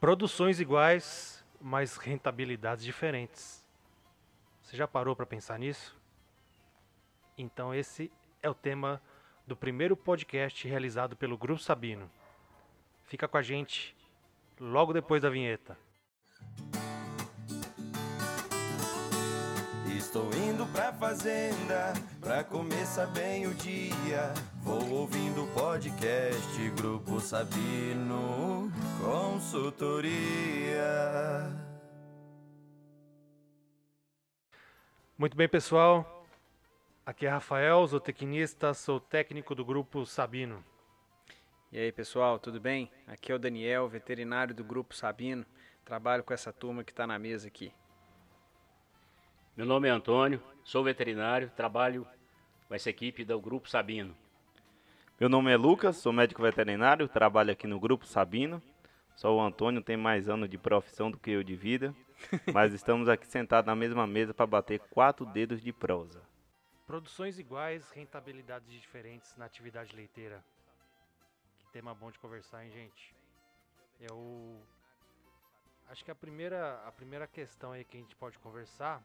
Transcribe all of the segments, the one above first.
Produções iguais, mas rentabilidades diferentes. Você já parou para pensar nisso? Então esse é o tema do primeiro podcast realizado pelo Grupo Sabino. Fica com a gente logo depois da vinheta. Estou indo pra fazenda pra começar bem o dia. Vou ouvindo o podcast Grupo Sabino Consultoria. Muito bem, pessoal. Aqui é Rafael, zootecnista, sou técnico do Grupo Sabino. E aí, pessoal, tudo bem? Aqui é o Daniel, veterinário do Grupo Sabino. Trabalho com essa turma que está na mesa aqui. Meu nome é Antônio, sou veterinário, trabalho com essa equipe do Grupo Sabino. Meu nome é Lucas, sou médico veterinário, trabalho aqui no Grupo Sabino. Só o Antônio tem mais anos de profissão do que eu de vida, mas estamos aqui sentados na mesma mesa para bater 4 dedos de prosa. Produções iguais, rentabilidades diferentes na atividade leiteira. Que tema bom de conversar, hein, gente? Eu acho que a primeira questão aí que a gente pode conversar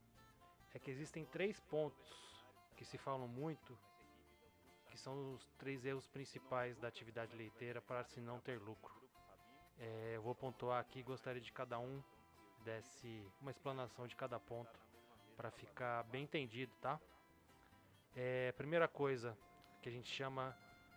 é que existem 3 pontos que se falam muito, que são os 3 erros principais da atividade leiteira para se não ter lucro. Eu vou pontuar aqui, gostaria de cada um desse uma explanação de cada ponto para ficar bem entendido, tá? Primeira coisa que a gente chama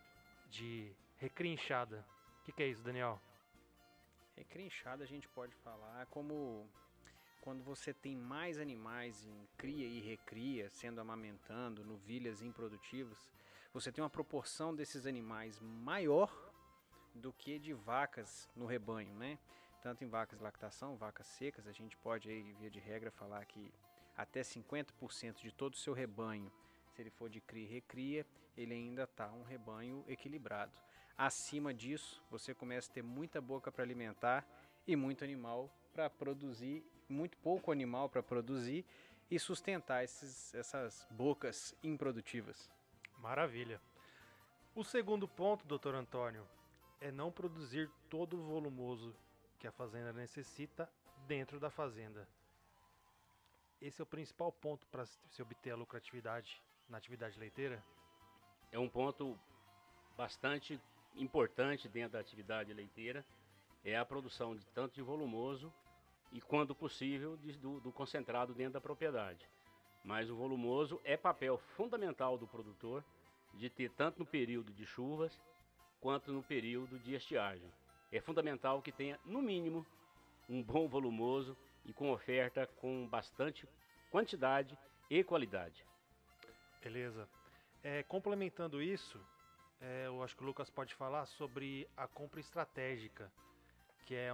de recrinchada. O que é isso, Daniel? Recrinchada a gente pode falar como quando você tem mais animais em cria e recria, sendo amamentando, novilhas improdutivas, você tem uma proporção desses animais maior do que de vacas no rebanho, né? Tanto em vacas de lactação, vacas secas, a gente pode aí, via de regra, falar que até 50% de todo o seu rebanho, se ele for de cria e recria, ele ainda está um rebanho equilibrado. Acima disso, você começa a ter muita boca para alimentar e muito animal para produzir, muito pouco animal para produzir e sustentar essas bocas improdutivas. Maravilha. O segundo ponto, Dr. Antônio, é não produzir todo o volumoso que a fazenda necessita dentro da fazenda. Esse é o principal ponto para se obter a lucratividade na atividade leiteira? É um ponto bastante importante dentro da atividade leiteira, é a produção de tanto de volumoso e, quando possível, do concentrado dentro da propriedade. Mas o volumoso é papel fundamental do produtor de ter tanto no período de chuvas quanto no período de estiagem. É fundamental que tenha, no mínimo, um bom volumoso e com oferta com bastante quantidade e qualidade. Beleza. Complementando isso, eu acho que o Lucas pode falar sobre a compra estratégica, que é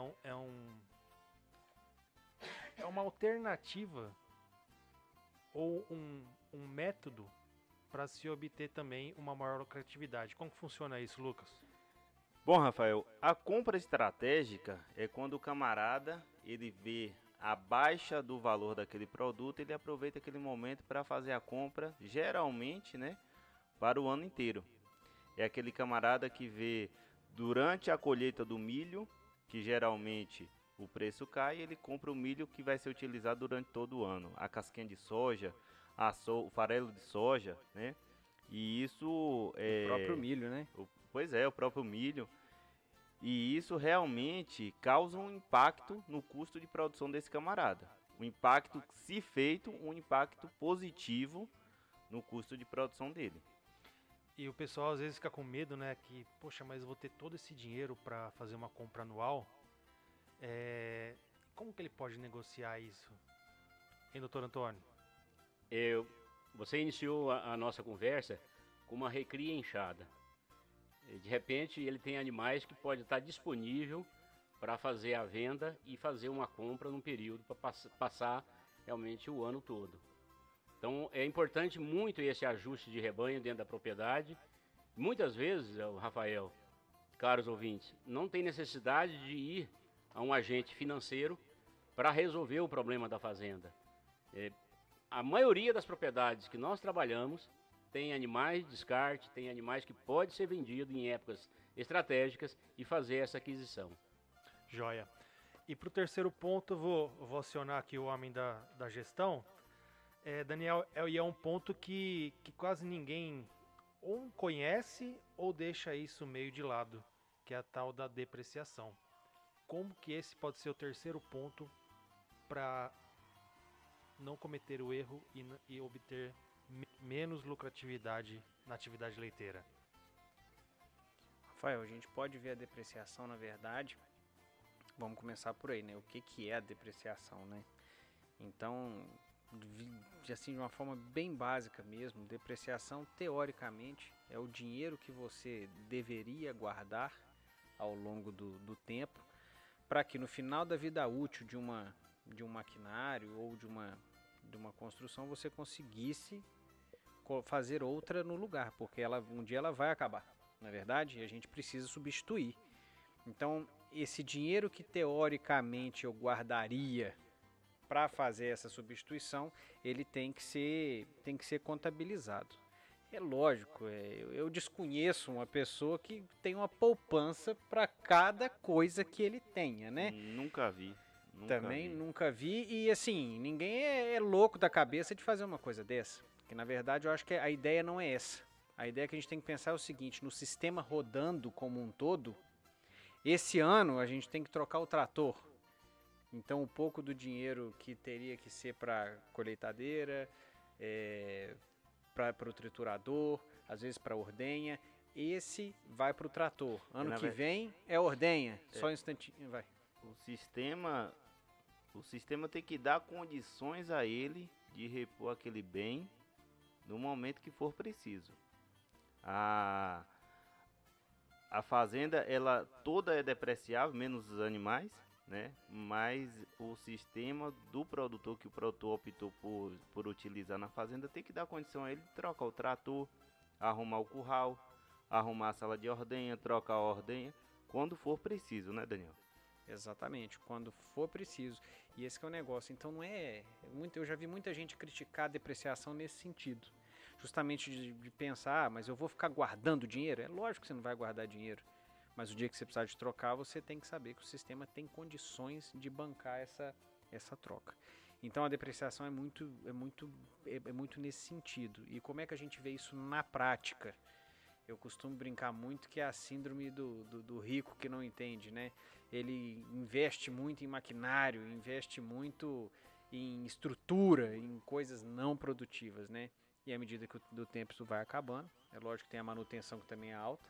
uma alternativa ou um método para se obter também uma maior lucratividade. Como funciona isso, Lucas? Bom, Rafael, a compra estratégica é quando o camarada ele vê a baixa do valor daquele produto, ele aproveita aquele momento para fazer a compra, geralmente, né, para o ano inteiro. É aquele camarada que vê durante a colheita do milho, que geralmente o preço cai, ele compra o milho que vai ser utilizado durante todo o ano. A casquinha de soja, o farelo de soja, né? E isso O próprio milho, né? Pois é, o próprio milho. E isso realmente causa um impacto no custo de produção desse camarada. Um impacto, se feito, um impacto positivo no custo de produção dele. E o pessoal às vezes fica com medo, né? Que, poxa, mas eu vou ter todo esse dinheiro para fazer uma compra anual. Como que ele pode negociar isso? Hein, doutor Antônio? Você iniciou a nossa conversa com uma recria inchada. De repente ele tem animais que pode estar disponível para fazer a venda e fazer uma compra num período para passar realmente o ano todo. Então é importante muito esse ajuste de rebanho dentro da propriedade. Muitas vezes, Rafael, caros ouvintes, não tem necessidade de ir a um agente financeiro para resolver o problema da fazenda. A maioria das propriedades que nós trabalhamos tem animais de descarte, tem animais que pode ser vendido em épocas estratégicas e fazer essa aquisição. Joia. E para o terceiro ponto, eu vou acionar aqui o homem da gestão. Daniel, é um ponto que quase ninguém ou conhece ou deixa isso meio de lado, que é a tal da depreciação. Como que esse pode ser o terceiro ponto para não cometer o erro e obter menos lucratividade na atividade leiteira? Rafael, a gente pode ver a depreciação, na verdade, vamos começar por aí, né? O que é a depreciação, né? Então, assim, de uma forma bem básica mesmo, depreciação, teoricamente, é o dinheiro que você deveria guardar ao longo do tempo, para que no final da vida útil de um maquinário ou de uma construção você conseguisse fazer outra no lugar, porque um dia ela vai acabar, não é verdade? E a gente precisa substituir. Então, esse dinheiro que teoricamente eu guardaria para fazer essa substituição, ele tem que ser contabilizado. É lógico, eu desconheço uma pessoa que tem uma poupança para cada coisa que ele tenha, né? Nunca vi. Nunca vi. E assim, ninguém é louco da cabeça de fazer uma coisa dessa. Porque na verdade eu acho que a ideia não é essa. A ideia que a gente tem que pensar é o seguinte: no sistema rodando como um todo, esse ano a gente tem que trocar o trator. Então um pouco do dinheiro que teria que ser para colheitadeira, para o triturador, às vezes para ordenha, esse vai para o trator. Ano que vem é ordenha, só um instantinho, vai. O sistema tem que dar condições a ele de repor aquele bem no momento que for preciso. A fazenda, ela toda é depreciável, menos os animais, né? Mas o sistema do produtor, que o produtor optou por utilizar na fazenda, tem que dar condição a ele de trocar o trator, arrumar o curral, arrumar a sala de ordenha, trocar a ordenha, quando for preciso, né, Daniel? Exatamente, quando for preciso. E esse que é o negócio. Então não eu já vi muita gente criticar a depreciação nesse sentido. Justamente de pensar, mas eu vou ficar guardando dinheiro? É lógico que você não vai guardar dinheiro. Mas o dia que você precisar de trocar, você tem que saber que o sistema tem condições de bancar essa troca. Então a depreciação é muito nesse sentido. E como é que a gente vê isso na prática? Eu costumo brincar muito que é a síndrome do rico que não entende, né? Ele investe muito em maquinário, investe muito em estrutura, em coisas não produtivas, né? E à medida que do tempo isso vai acabando, é lógico que tem a manutenção que também é alta,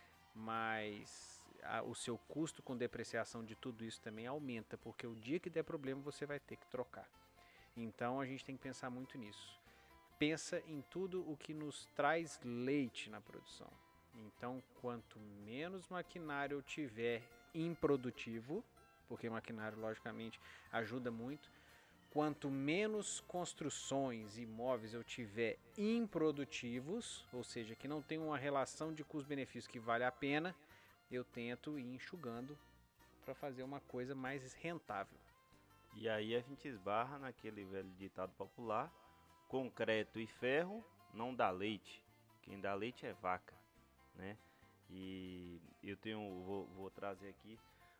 mas o seu custo com depreciação de tudo isso também aumenta, porque o dia que der problema você vai ter que trocar. Então a gente tem que pensar muito nisso. Pensa em tudo o que nos traz leite na produção. Então, quanto menos maquinário eu tiver improdutivo, porque maquinário logicamente ajuda muito, quanto menos construções e imóveis eu tiver improdutivos, ou seja, que não tem uma relação de custo-benefício que vale a pena, eu tento ir enxugando para fazer uma coisa mais rentável. E aí a gente esbarra naquele velho ditado popular: concreto e ferro não dá leite, quem dá leite é vaca, né? E eu vou trazer aqui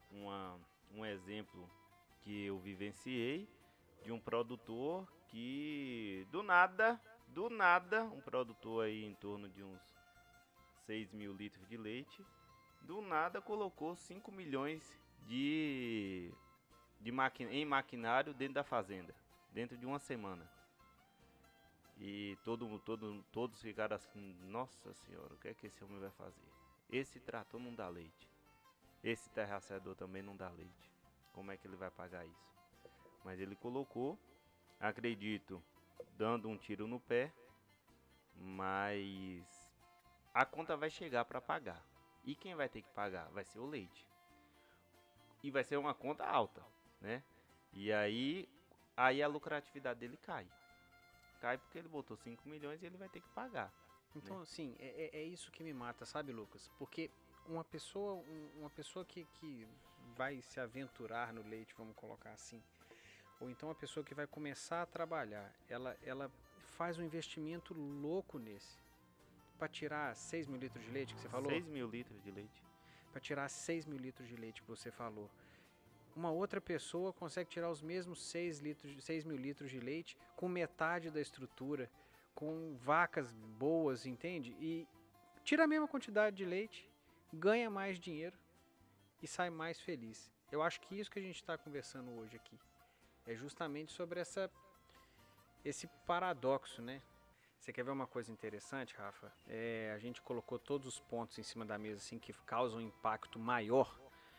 um exemplo que eu vivenciei de um produtor que do nada, um produtor aí em torno de uns 6 mil litros de leite, do nada colocou 5 milhões em maquinário dentro da fazenda, dentro de uma semana. E todos ficaram assim: nossa senhora, o que é que esse homem vai fazer? Esse trator não dá leite, esse terraceador também não dá leite, como é que ele vai pagar isso? Mas ele colocou, acredito, dando um tiro no pé, mas a conta vai chegar para pagar. E quem vai ter que pagar? Vai ser o leite. E vai ser uma conta alta, né? E aí a lucratividade dele cai. Cai porque ele botou 5 milhões e ele vai ter que pagar. Então, assim, é isso que me mata, sabe, Lucas? Porque uma pessoa que vai se aventurar no leite, vamos colocar assim, ou então uma pessoa que vai começar a trabalhar, ela faz um investimento louco nesse. Para tirar 6 mil litros de leite que você falou? 6 mil litros de leite. Para tirar 6 mil litros de leite que você falou. uma outra pessoa consegue tirar os mesmos 6 mil litros de leite com metade da estrutura, com vacas boas, entende? E tira a mesma quantidade de leite, ganha mais dinheiro e sai mais feliz. Eu acho que isso que a gente está conversando hoje aqui é justamente sobre esse paradoxo, né? Você quer ver uma coisa interessante, Rafa? A gente colocou todos os pontos em cima da mesa assim, que causam um impacto maior.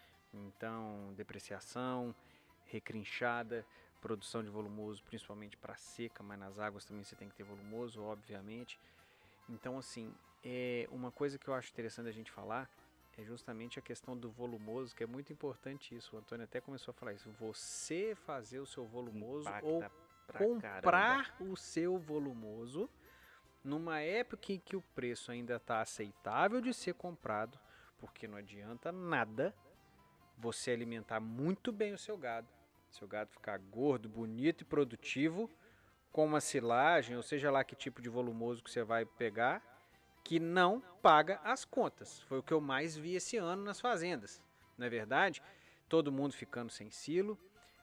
Então, depreciação, recrinchada, produção de volumoso, principalmente para seca, mas nas águas também você tem que ter volumoso, obviamente. Então, assim, uma coisa que eu acho interessante a gente falar é justamente a questão do volumoso, que é muito importante isso. O Antônio até começou a falar isso. Você fazer o seu volumoso ou comprar o seu volumoso numa época em que o preço ainda está aceitável de ser comprado, porque não adianta nada você alimentar muito bem o seu gado ficar gordo, bonito e produtivo, com uma silagem, ou seja lá que tipo de volumoso que você vai pegar, que não paga as contas. Foi o que eu mais vi esse ano nas fazendas. Não é verdade? Todo mundo ficando sem silo,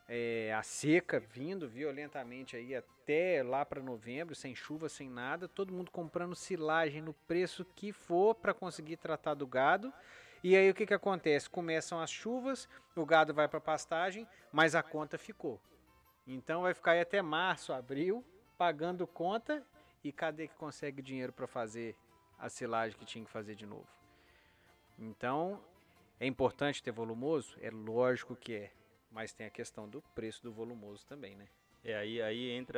a seca vindo violentamente aí até lá para novembro, sem chuva, sem nada, todo mundo comprando silagem no preço que for para conseguir tratar do gado. E aí o que acontece? Começam as chuvas, o gado vai para pastagem, mas a conta ficou. Então vai ficar aí até março, abril, pagando conta, e cadê que consegue dinheiro para fazer a silagem que tinha que fazer de novo? Então, é importante ter volumoso? É lógico que é, mas tem a questão do preço do volumoso também, né? Aí entra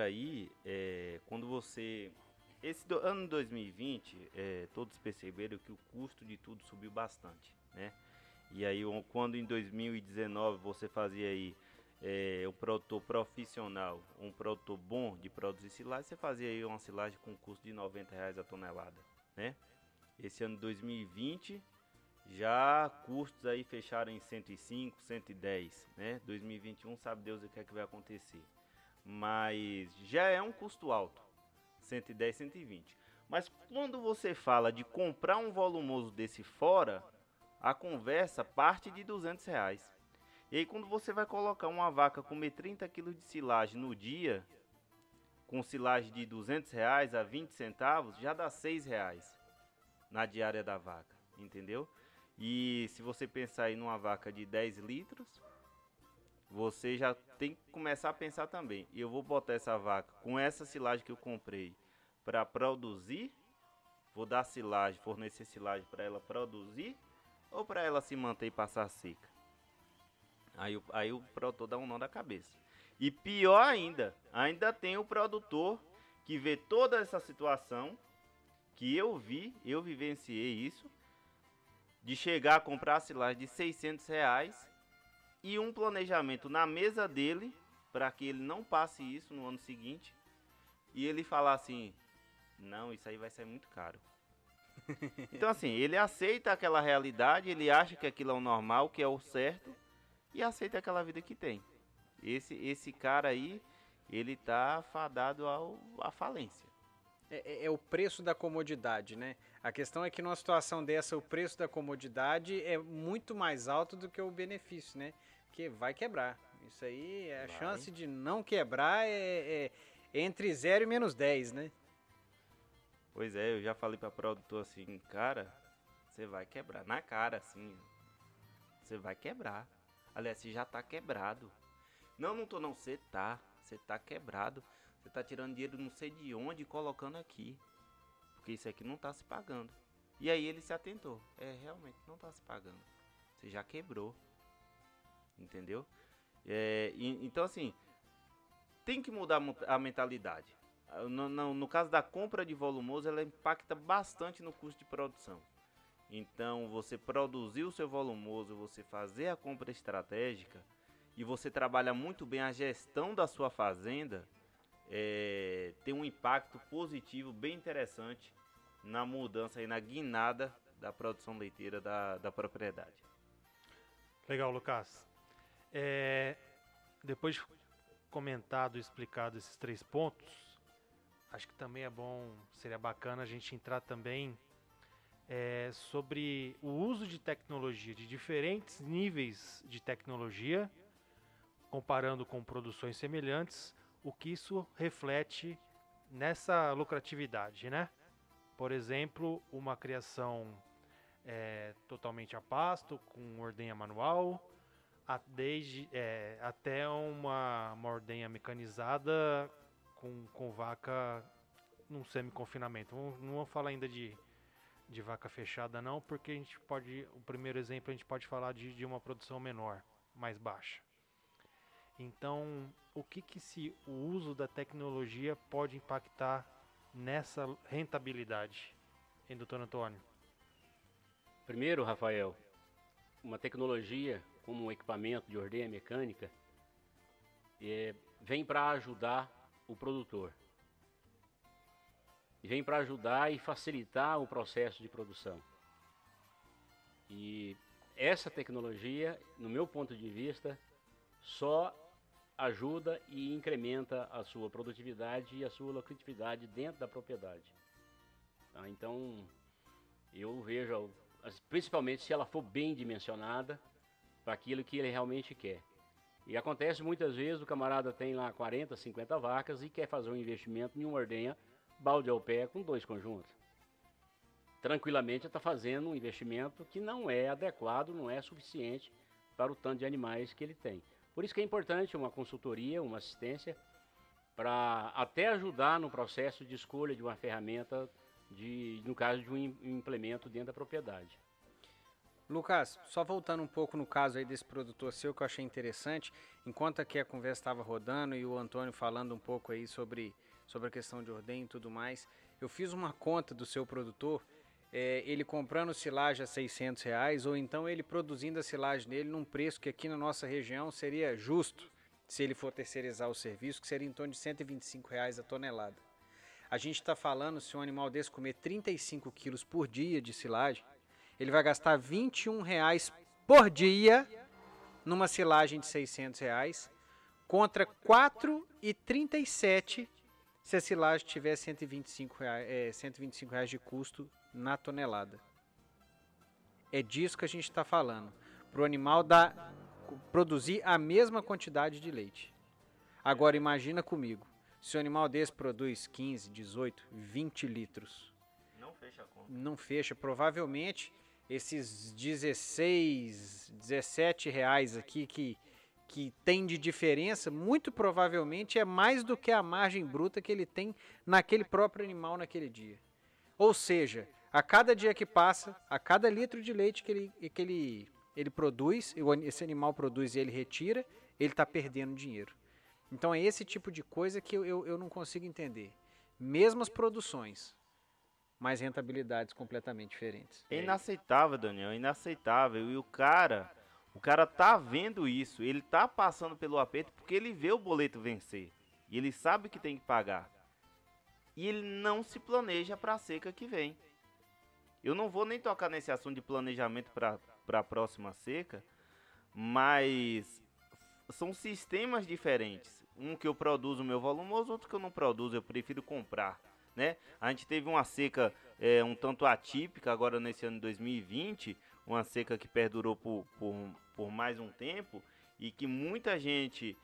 quando você... ano 2020, todos perceberam que o custo de tudo subiu bastante, né? E aí, quando em 2019 você fazia aí um produtor profissional, um produtor bom de produzir silagem, você fazia aí uma silagem com custo de R$90 a tonelada, né? Esse ano 2020, já custos aí fecharam em 105, 110, né? 2021, sabe Deus o que é que vai acontecer. Mas já é um custo alto. 110, 120. Mas quando você fala de comprar um volumoso desse fora, a conversa parte de R$200. E aí quando você vai colocar uma vaca comer 30 kg de silagem no dia, com silagem de R$200 a 20 centavos, já dá R$6 na diária da vaca, entendeu? E se você pensar aí numa vaca de 10 litros, você já tem que começar a pensar também. Eu vou botar essa vaca com essa silagem que eu comprei para produzir, vou dar silagem, fornecer silagem para ela produzir ou para ela se manter e passar seca. Aí o produtor dá um nó da cabeça. E pior ainda tem o produtor que vê toda essa situação que eu vivenciei isso, de chegar a comprar a silagem de R$600 e um planejamento na mesa dele para que ele não passe isso no ano seguinte e ele falar assim: não, isso aí vai ser muito caro. Então assim, ele aceita aquela realidade, ele acha que aquilo é o normal, que é o certo, e aceita aquela vida que tem. Esse cara aí, ele tá fadado à falência. É o preço da comodidade, né? A questão é que numa situação dessa, o preço da comodidade é muito mais alto do que o benefício, né? Porque vai quebrar. Isso aí, a chance de não quebrar é entre 0 e menos 10, né? Pois é, eu já falei pra produtor assim: cara, você vai quebrar. Na cara, assim, você vai quebrar. Aliás, você já tá quebrado. Não tô não, você tá quebrado. Você tá tirando dinheiro não sei de onde e colocando aqui. Porque isso aqui não tá se pagando. E aí ele se atentou. Realmente não tá se pagando. Você já quebrou. Entendeu? Então assim, tem que mudar a mentalidade. No caso da compra de volumoso, ela impacta bastante no custo de produção. Então você produzir o seu volumoso, você fazer a compra estratégica e você trabalha muito bem a gestão da sua fazenda, tem um impacto positivo bem interessante na mudança e na guinada da produção leiteira da propriedade. Legal, Lucas. Depois de comentado e explicado esses 3 pontos, acho que também seria bacana a gente entrar também sobre o uso de tecnologia, de diferentes níveis de tecnologia comparando com produções semelhantes, o que isso reflete nessa lucratividade, né? Por exemplo, uma criação totalmente a pasto, com ordenha manual, até uma ordenha mecanizada com vaca num semi-confinamento. Não vou falar ainda de vaca fechada não, porque o primeiro exemplo a gente pode falar de uma produção menor, mais baixa. Então, o que o uso da tecnologia pode impactar nessa rentabilidade, hein, doutor Antônio? Primeiro, Rafael, uma tecnologia como um equipamento de ordenha mecânica vem para ajudar o produtor. Vem para ajudar e facilitar o processo de produção. E essa tecnologia, no meu ponto de vista, só ajuda e incrementa a sua produtividade e a sua lucratividade dentro da propriedade. Tá? Então, eu vejo, principalmente se ela for bem dimensionada para aquilo que ele realmente quer. E acontece muitas vezes, o camarada tem lá 40, 50 vacas e quer fazer um investimento em uma ordenha balde ao pé com 2 conjuntos. Tranquilamente está fazendo um investimento que não é adequado, não é suficiente para o tanto de animais que ele tem. Por isso que é importante uma consultoria, uma assistência, para até ajudar no processo de escolha de uma ferramenta, no caso de um implemento dentro da propriedade. Lucas, só voltando um pouco no caso aí desse produtor seu, que eu achei interessante, enquanto aqui a conversa estava rodando e o Antônio falando um pouco aí sobre a questão de ordenha e tudo mais, eu fiz uma conta do seu produtor, ele comprando silagem a R$600, ou então ele produzindo a silagem dele num preço que aqui na nossa região seria justo, se ele for terceirizar o serviço, que seria em torno de R$125 a tonelada. A gente está falando, se um animal desse comer 35 quilos por dia de silagem, ele vai gastar R$21 por dia numa silagem de R$600, contra R$4,37 se a silagem tiver R$125 de custo na tonelada. É disso que a gente está falando. Para o animal produzir a mesma quantidade de leite. Agora imagina comigo, se o animal desse produz 15, 18, 20 litros. Não fecha a conta. Não fecha, provavelmente esses 16, 17 reais aqui que tem de diferença, muito provavelmente é mais do que a margem bruta que ele tem naquele próprio animal naquele dia. Ou seja, a cada dia que passa, a cada litro de leite que ele produz, esse animal produz e ele retira, ele está perdendo dinheiro. Então é esse tipo de coisa que eu não consigo entender. Mesmas produções, mas rentabilidades completamente diferentes. É inaceitável, Daniel, é inaceitável. E o cara tá vendo isso, ele tá passando pelo aperto porque ele vê o boleto vencer. E ele sabe que tem que pagar. E ele não se planeja para a seca que vem. Eu não vou nem tocar nesse assunto de planejamento para a próxima seca, mas são sistemas diferentes. Um que eu produzo o meu volumoso, outro que eu não produzo, eu prefiro comprar, né? A gente teve uma seca um tanto atípica agora nesse ano de 2020, uma seca que perdurou por mais um tempo e que muita gente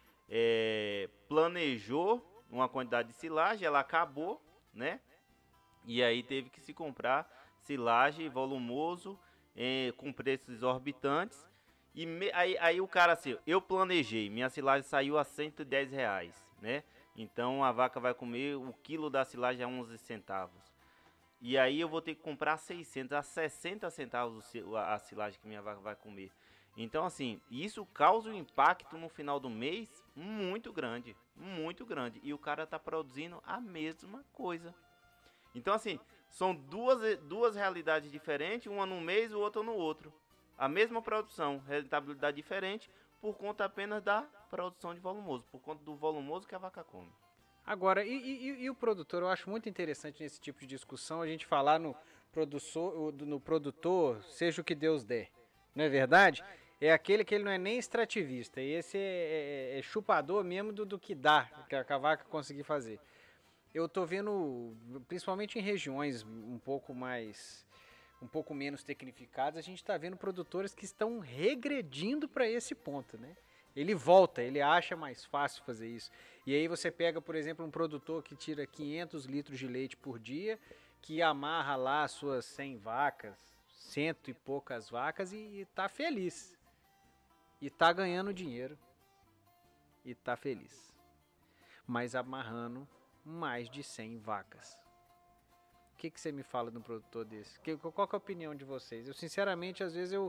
planejou uma quantidade de silagem, ela acabou, né? E aí teve que se comprar silagem volumoso com preços exorbitantes. E aí o cara assim, eu planejei, minha silagem saiu a R$110, né? Então a vaca vai comer o quilo da silagem a 11 centavos. E aí eu vou ter que comprar 600 a 60 centavos a silagem que minha vaca vai comer. Então assim, isso causa um impacto no final do mês muito grande, muito grande. E o cara tá produzindo a mesma coisa. Então assim, são duas realidades diferentes, uma no mês e outra no outro. A mesma produção, rentabilidade diferente, por conta apenas da produção de volumoso, por conta do volumoso que a vaca come. Agora, e o produtor? Eu acho muito interessante nesse tipo de discussão a gente falar no produtor, seja o que Deus der. Não é verdade? É aquele que ele não é nem extrativista, esse é chupador mesmo do que dá, que a vaca conseguir fazer. Eu tô vendo, principalmente em regiões um pouco menos tecnificadas, a gente está vendo produtores que estão regredindo para esse ponto, né? Ele volta, ele acha mais fácil fazer isso. E aí você pega, por exemplo, um produtor que tira 500 litros de leite por dia, que amarra lá as suas 100 vacas, 100 e poucas vacas e tá feliz. E tá ganhando dinheiro. E tá feliz. Mas amarrando mais de 100 vacas. O que você me fala de um produtor desse? Qual que é a opinião de vocês? Eu, sinceramente, às vezes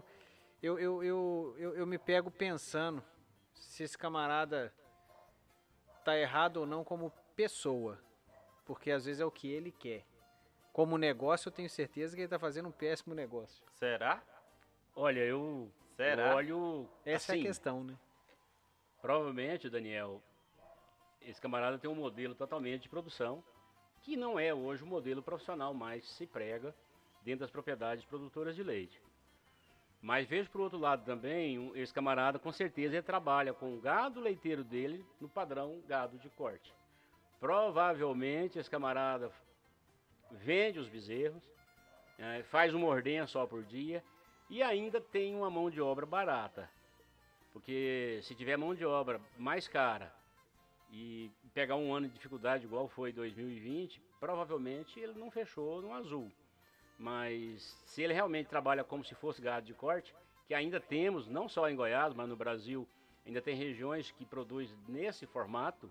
eu me pego pensando se esse camarada tá errado ou não como pessoa. Porque às vezes é o que ele quer. Como negócio, eu tenho certeza que ele tá fazendo um péssimo negócio. Será? Olha, eu Será? olho. Essa é assim, a questão, né? Provavelmente, Daniel, esse camarada tem um modelo totalmente de produção que não é hoje o modelo profissional mais que se prega dentro das propriedades produtoras de leite. Mas vejo por outro lado também, esse camarada com certeza ele trabalha com o gado leiteiro dele no padrão gado de corte. Provavelmente esse camarada vende os bezerros, faz uma ordenha só por dia e ainda tem uma mão de obra barata. Porque se tiver mão de obra mais cara e pegar um ano de dificuldade igual foi 2020, provavelmente ele não fechou no azul. Mas se ele realmente trabalha como se fosse gado de corte, que ainda temos, não só em Goiás, mas no Brasil, ainda tem regiões que produzem nesse formato,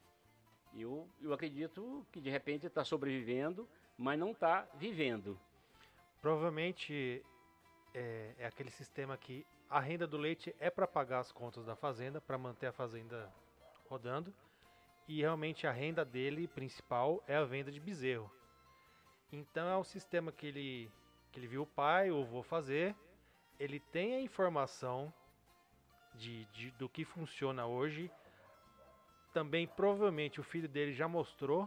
eu acredito que de repente está sobrevivendo, mas não está vivendo. Provavelmente é aquele sistema que a renda do leite é para pagar as contas da fazenda, para manter a fazenda rodando, e realmente a renda dele principal é a venda de bezerro. Então é um sistema que ele viu o pai, o avô fazer, ele tem a informação do que funciona hoje. Também provavelmente o filho dele já mostrou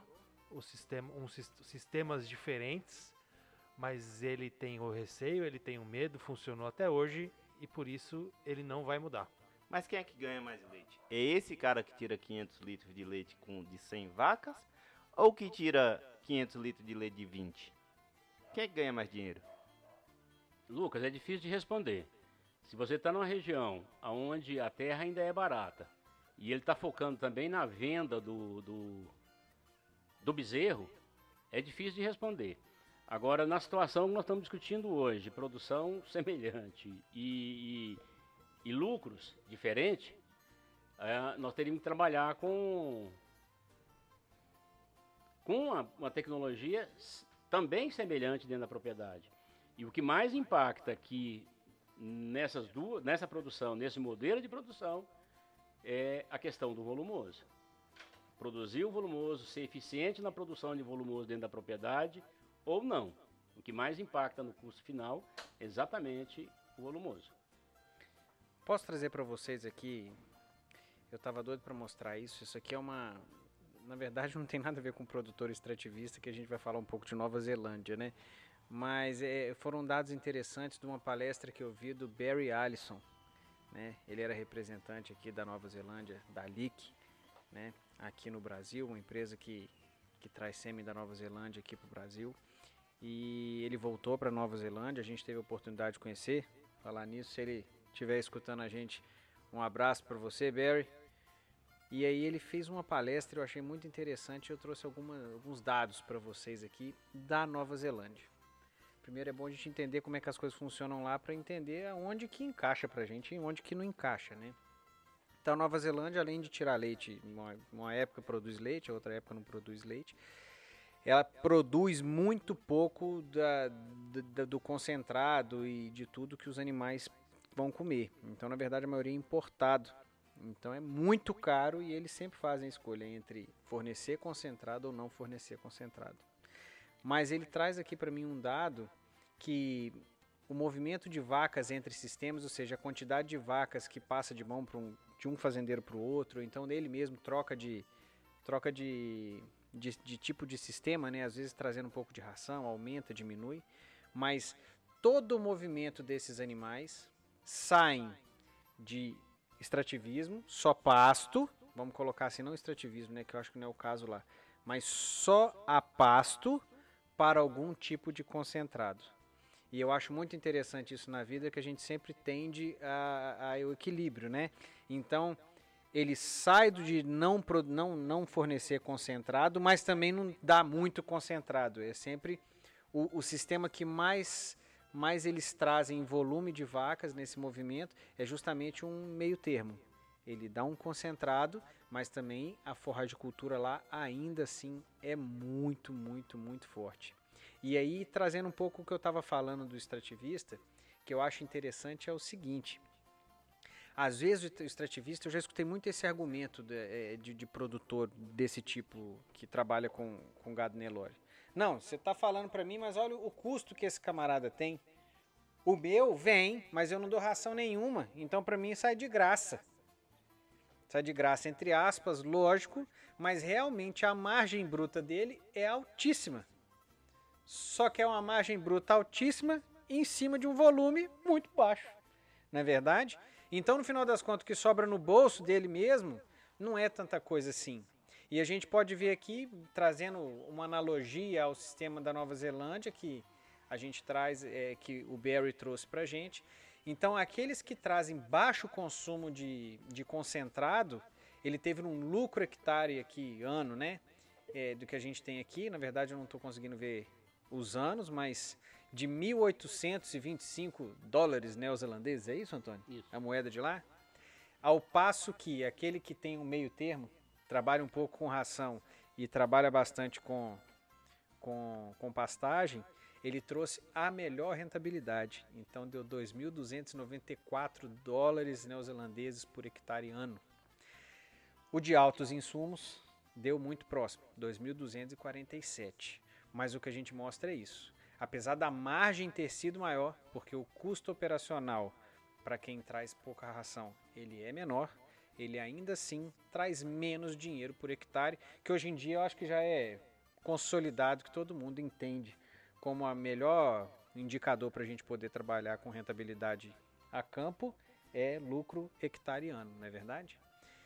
sistemas diferentes, mas ele tem o receio, ele tem o medo, funcionou até hoje e por isso ele não vai mudar. Mas quem é que ganha mais leite? É esse cara que tira 500 litros de leite de 100 vacas? Ou que tira 500 litros de leite de 20? Quem é que ganha mais dinheiro? Lucas, é difícil de responder. Se você está numa região onde a terra ainda é barata e ele está focando também na venda do bezerro, é difícil de responder. Agora, na situação que nós estamos discutindo hoje, produção semelhante e lucros diferentes, nós teríamos que trabalhar com uma tecnologia também semelhante dentro da propriedade. E o que mais impacta aqui nessa produção, nesse modelo de produção, é a questão do volumoso. Produzir o volumoso, ser eficiente na produção de volumoso dentro da propriedade ou não. O que mais impacta no custo final é exatamente o volumoso. Posso trazer para vocês aqui, eu estava doido para mostrar isso. Isso aqui é na verdade não tem nada a ver com produtor extrativista, que a gente vai falar um pouco de Nova Zelândia, né? Mas foram dados interessantes de uma palestra que eu vi do Barry Allison, né? Ele era representante aqui da Nova Zelândia, da LIC, né? Aqui no Brasil, uma empresa que traz sêmen da Nova Zelândia aqui para o Brasil. E ele voltou para Nova Zelândia, a gente teve a oportunidade de conhecer. Falar nisso, se ele estiver escutando a gente, um abraço para você, Barry. E aí ele fez uma palestra, eu achei muito interessante, eu trouxe alguns dados para vocês aqui da Nova Zelândia. Primeiro é bom a gente entender como é que as coisas funcionam lá para entender aonde que encaixa pra gente e onde que não encaixa, né? Então a Nova Zelândia, além de tirar leite, uma época produz leite, outra época não produz leite, ela produz muito pouco do concentrado e de tudo que os animais vão comer. Então, na verdade, a maioria é importado. Então, é muito caro e eles sempre fazem a escolha entre fornecer concentrado ou não fornecer concentrado. Mas ele traz aqui para mim um dado que o movimento de vacas entre sistemas, ou seja, a quantidade de vacas que passa de mão de um fazendeiro para o outro, então ele mesmo troca de tipo de sistema, né? Às vezes trazendo um pouco de ração, aumenta, diminui, mas todo o movimento desses animais saem de extrativismo, só pasto, vamos colocar assim, não extrativismo, né, que eu acho que não é o caso lá, mas só a pasto para algum tipo de concentrado. E eu acho muito interessante isso na vida, que a gente sempre tende ao equilíbrio, né? Então, ele sai de não fornecer concentrado, mas também não dá muito concentrado. É sempre o sistema que mais eles trazem em volume de vacas nesse movimento é justamente um meio termo. Ele dá um concentrado, mas também a forragicultura lá ainda assim é muito, muito, muito forte. E aí, trazendo um pouco o que eu estava falando do extrativista, que eu acho interessante é o seguinte. Às vezes o extrativista, eu já escutei muito esse argumento de produtor desse tipo que trabalha com gado Nelore. Não, você está falando para mim, mas olha o custo que esse camarada tem. O meu vem, mas eu não dou ração nenhuma, então para mim sai de graça. Sai de graça, entre aspas, lógico, mas realmente a margem bruta dele é altíssima. Só que é uma margem bruta altíssima em cima de um volume muito baixo, não é verdade? Então, no final das contas, o que sobra no bolso dele mesmo não é tanta coisa assim. E a gente pode ver aqui, trazendo uma analogia ao sistema da Nova Zelândia, que a gente traz, que o Barry trouxe para a gente. Então, aqueles que trazem baixo consumo de concentrado, ele teve um lucro hectare aqui, ano, né? Do que a gente tem aqui. Na verdade, eu não estou conseguindo ver os anos, mas de 1.825 dólares neozelandeses, é isso, Antônio? Isso. A moeda de lá? Ao passo que aquele que tem um meio termo, trabalha um pouco com ração e trabalha bastante com pastagem, ele trouxe a melhor rentabilidade. Então deu 2.294 dólares neozelandeses por hectare ano. O de altos insumos deu muito próximo, 2.247. Mas o que a gente mostra é isso. Apesar da margem ter sido maior, porque o custo operacional para quem traz pouca ração, ele é menor, ele ainda assim traz menos dinheiro por hectare, que hoje em dia eu acho que já é consolidado, que todo mundo entende como a melhor indicador para a gente poder trabalhar com rentabilidade a campo é lucro hectareano, não é verdade?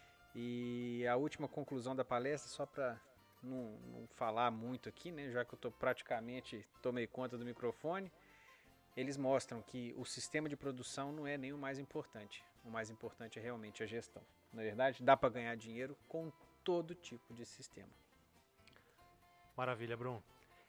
E a última conclusão da palestra, só para não falar muito aqui, né, já que eu tomei conta do microfone, eles mostram que o sistema de produção não é nem o mais importante. O mais importante é realmente a gestão. Na verdade, dá para ganhar dinheiro com todo tipo de sistema. Maravilha, Bruno.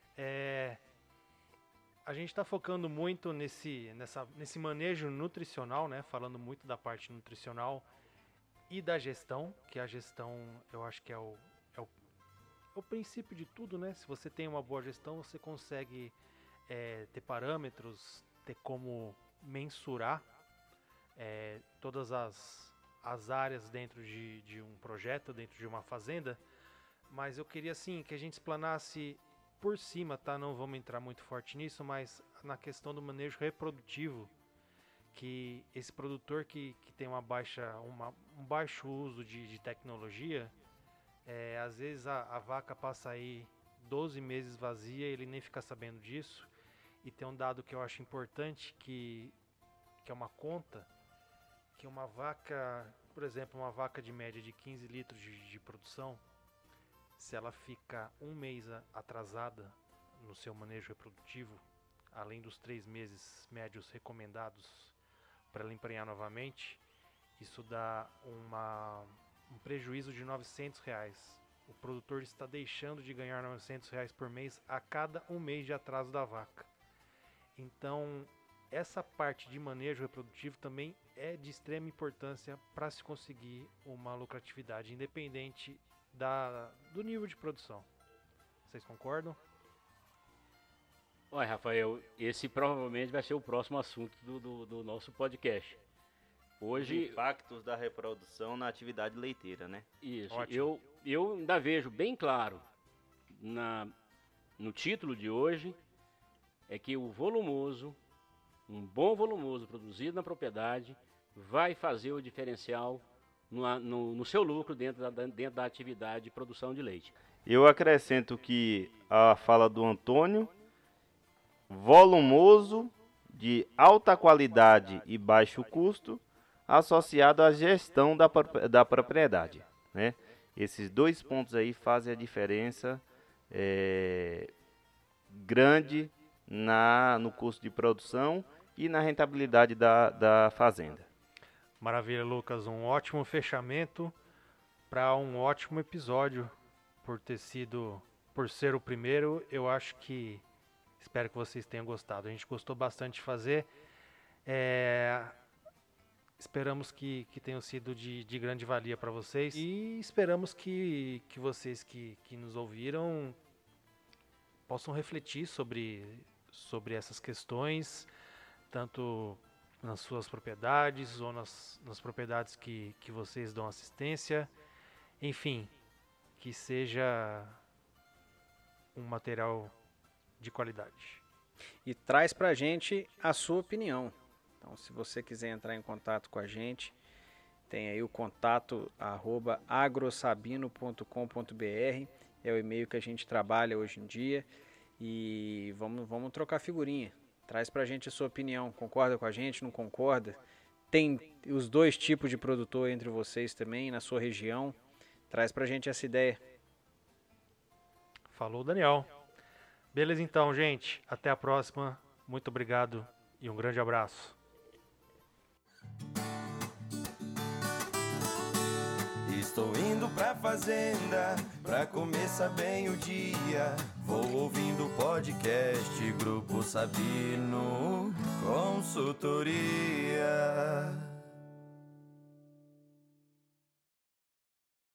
A gente está focando muito nesse manejo nutricional, né? Falando muito da parte nutricional e da gestão, que a gestão eu acho que é o princípio de tudo, né? Se você tem uma boa gestão, você consegue ter parâmetros, ter como mensurar todas as áreas dentro de um projeto, dentro de uma fazenda. Mas eu queria assim que a gente explanasse por cima, tá? Não vamos entrar muito forte nisso, mas na questão do manejo reprodutivo, que esse produtor que tem um baixo uso de tecnologia, às vezes a vaca passa aí 12 meses vazia, ele nem fica sabendo disso. E tem um dado que eu acho importante, que é uma conta, que uma vaca, por exemplo, uma vaca de média de 15 litros de produção, se ela fica um mês atrasada no seu manejo reprodutivo, além dos 3 meses médios recomendados para ela emprenhar novamente, isso dá um prejuízo de R$900. O produtor está deixando de ganhar R$900 por mês a cada um mês de atraso da vaca. Então, essa parte de manejo reprodutivo também é de extrema importância para se conseguir uma lucratividade, independente do nível de produção. Vocês concordam? Olha, Rafael, esse provavelmente vai ser o próximo assunto do nosso podcast. Hoje, os impactos da reprodução na atividade leiteira, né? Isso. Ótimo. Eu ainda vejo bem claro no título de hoje é que um bom volumoso produzido na propriedade vai fazer o diferencial no seu lucro dentro da atividade de produção de leite. Eu acrescento que a fala do Antônio, volumoso, de alta qualidade e baixo custo, associado à gestão da propriedade, né? Esses 2 pontos aí fazem a diferença grande no custo de produção e na rentabilidade da fazenda. Maravilha, Lucas. Um ótimo fechamento para um ótimo episódio por ser o primeiro. Eu acho que espero que vocês tenham gostado. A gente gostou bastante de fazer. Esperamos que tenham sido de grande valia para vocês e esperamos que vocês que nos ouviram possam refletir sobre essas questões, tanto nas suas propriedades ou nas propriedades que vocês dão assistência. Enfim, que seja um material de qualidade. E traz pra gente a sua opinião. Então, se você quiser entrar em contato com a gente, tem aí o contato @agrosabino.com.br, é o e-mail que a gente trabalha hoje em dia. E vamos trocar figurinha. Traz pra gente a sua opinião. Concorda com a gente? Não concorda? Tem os dois tipos de produtor entre vocês também, na sua região. Traz pra gente essa ideia. Falou, Daniel. Beleza então, gente. Até a próxima. Muito obrigado e um grande abraço. Estou indo pra fazenda pra começar bem o dia. Vou ouvindo o podcast Grupo Sabino Consultoria.